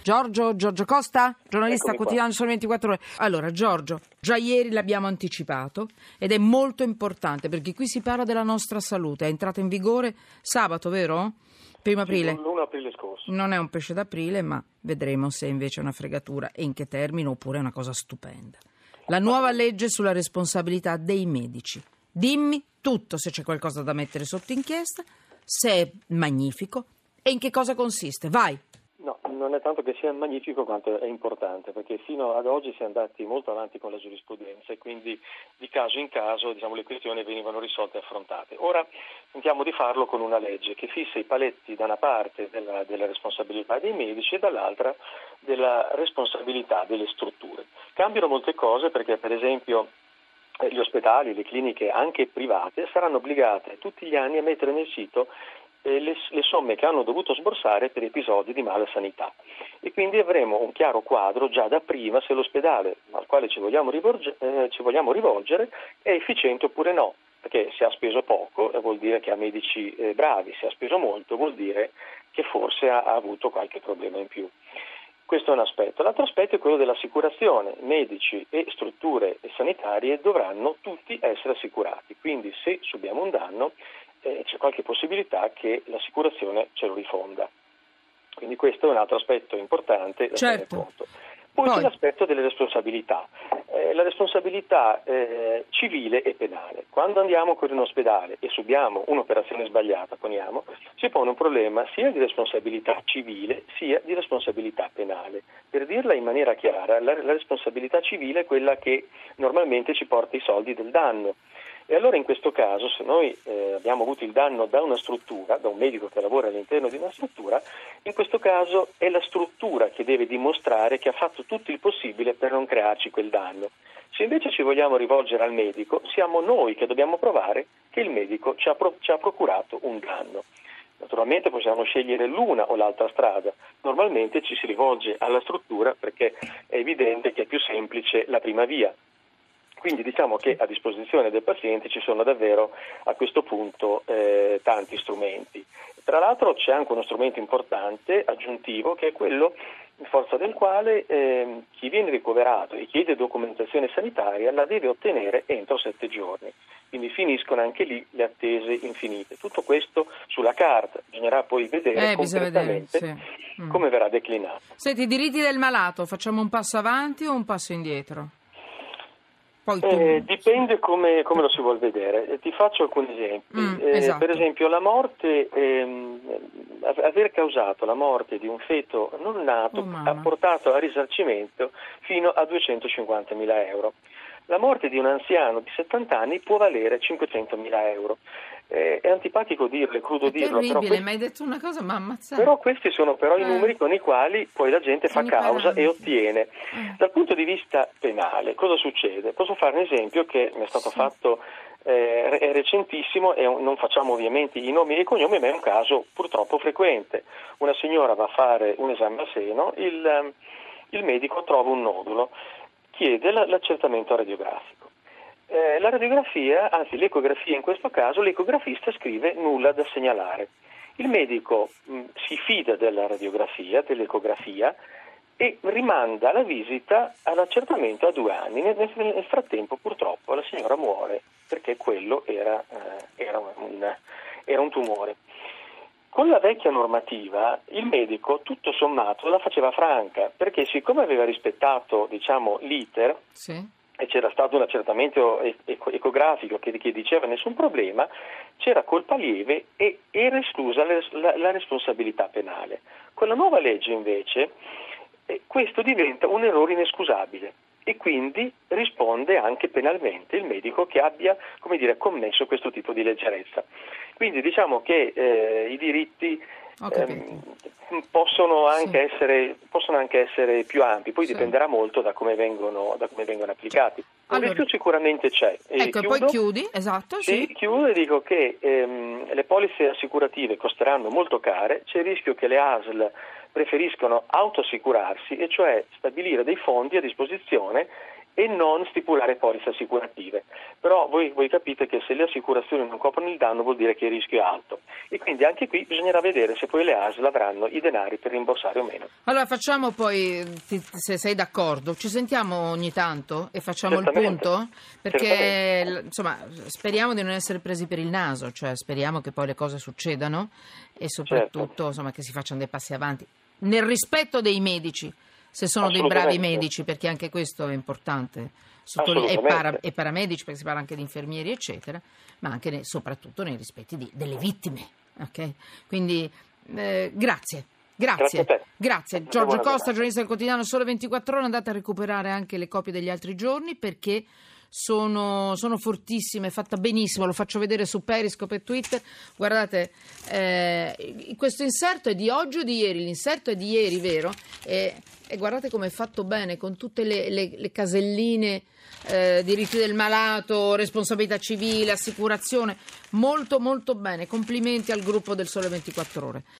Giorgio Costa, giornalista Eccomi quotidiano Sole 24 Ore. Allora, Giorgio, già ieri l'abbiamo anticipato ed è molto importante perché qui si parla della nostra salute. È entrata in vigore sabato, vero? 1° aprile. L'1 aprile scorso. Non è un pesce d'aprile, ma vedremo se invece è una fregatura e in che termine, oppure è una cosa stupenda. La nuova legge sulla responsabilità dei medici. Dimmi tutto, se c'è qualcosa da mettere sotto inchiesta, se è magnifico e in che cosa consiste. Vai! No, non è tanto che sia magnifico quanto è importante, perché fino ad oggi si è andati molto avanti con la giurisprudenza e quindi di caso in caso le questioni venivano risolte e affrontate. Ora tentiamo di farlo con una legge che fissa i paletti da una parte della responsabilità dei medici e dall'altra della responsabilità delle strutture. Cambiano molte cose perché, per esempio, gli ospedali, le cliniche anche private saranno obbligate tutti gli anni a mettere nel sito le somme che hanno dovuto sborsare per episodi di mala sanità e quindi avremo un chiaro quadro già da prima se l'ospedale al quale ci vogliamo rivolgere è efficiente oppure no, perché se ha speso poco vuol dire che ha medici bravi, se ha speso molto vuol dire che forse ha avuto qualche problema in più. Questo è un aspetto. L'altro aspetto è quello dell'assicurazione. Medici e strutture sanitarie dovranno tutti essere assicurati, quindi se subiamo un danno c'è qualche possibilità che l'assicurazione ce lo rifonda. Quindi questo è un altro aspetto importante da tenere conto. Poi c'è l'aspetto delle responsabilità. La responsabilità civile e penale. Quando andiamo con un ospedale e subiamo un'operazione sbagliata, si pone un problema sia di responsabilità civile sia di responsabilità penale. Per dirla in maniera chiara, la responsabilità civile è quella che normalmente ci porta i soldi del danno. E allora in questo caso, se noi abbiamo avuto il danno da una struttura, da un medico che lavora all'interno di una struttura, in questo caso è la struttura che deve dimostrare che ha fatto tutto il possibile per non crearci quel danno. Se invece ci vogliamo rivolgere al medico, siamo noi che dobbiamo provare che il medico ci ha procurato un danno. Naturalmente possiamo scegliere l'una o l'altra strada, normalmente ci si rivolge alla struttura perché è evidente che è più semplice la prima via. Quindi diciamo che a disposizione del paziente ci sono davvero a questo punto tanti strumenti. Tra l'altro c'è anche uno strumento importante aggiuntivo che è quello in forza del quale chi viene ricoverato e chiede documentazione sanitaria la deve ottenere entro 7 giorni. Quindi finiscono anche lì le attese infinite. Tutto questo sulla carta, bisognerà poi vedere concretamente come verrà declinato. Senti, i diritti del malato, facciamo un passo avanti o un passo indietro? Dipende come lo si vuol vedere. Ti faccio alcuni esempi. Esatto. Per esempio la morte, aver causato la morte di un feto non nato ha portato al risarcimento fino a 250.000 euro. La morte di un anziano di 70 anni può valere 500.000 euro. È antipatico dirlo, è crudo dirlo. È terribile, mi hai detto una cosa, ma ammazzato. Però questi sono i numeri con i quali poi la gente fa causa e ottiene. Dal punto di vista penale, cosa succede? Posso fare un esempio che mi è stato fatto, è recentissimo e non facciamo ovviamente i nomi e i cognomi, ma è un caso purtroppo frequente. Una signora va a fare un esame al seno, il medico trova un nodulo, chiede l'accertamento radiografico. La radiografia, anzi l'ecografia in questo caso, l'ecografista scrive nulla da segnalare. Il medico si fida della radiografia, dell'ecografia e rimanda la visita all'accertamento a 2 anni. Nel frattempo purtroppo la signora muore perché quello era un tumore. Con la vecchia normativa il medico tutto sommato la faceva franca perché siccome aveva rispettato l'iter e c'era stato un accertamento ecografico che diceva nessun problema, c'era colpa lieve e era esclusa la responsabilità penale. Con la nuova legge invece questo diventa un errore inescusabile e quindi risponde anche penalmente il medico che abbia commesso questo tipo di leggerezza. Quindi diciamo che i diritti possono anche essere più ampi, poi dipenderà molto da come vengono applicati. Un rischio sicuramente c'è. Poi chiudi, esatto. Chiudo e dico che le polizze assicurative costeranno molto care, c'è il rischio che le ASL preferiscono autoassicurarsi e cioè stabilire dei fondi a disposizione e non stipulare polizze assicurative. Però voi capite che se le assicurazioni non coprono il danno vuol dire che il rischio è alto, e quindi anche qui bisognerà vedere se poi le ASL avranno i denari per rimborsare o meno. Allora facciamo poi, se sei d'accordo, ci sentiamo ogni tanto e facciamo il Certamente. punto? Perché insomma speriamo di non essere presi per il naso, cioè speriamo che poi le cose succedano e soprattutto insomma, che si facciano dei passi avanti nel rispetto dei medici, se sono dei bravi medici, perché anche questo è importante, e paramedici, perché si parla anche di infermieri eccetera, ma anche soprattutto nei rispetti delle vittime, ok? Quindi grazie. Grazie. Giorgio Costa, giornalista del quotidiano Sole 24 Ore. Andate a recuperare anche le copie degli altri giorni perché sono fortissime, fatta benissimo, lo faccio vedere su Periscope e Twitter. Guardate, questo inserto è di oggi o di ieri? L'inserto è di ieri, vero? E guardate come è fatto bene, con tutte le caselline, diritti del malato, responsabilità civile, assicurazione, molto molto bene. Complimenti al gruppo del Sole 24 Ore.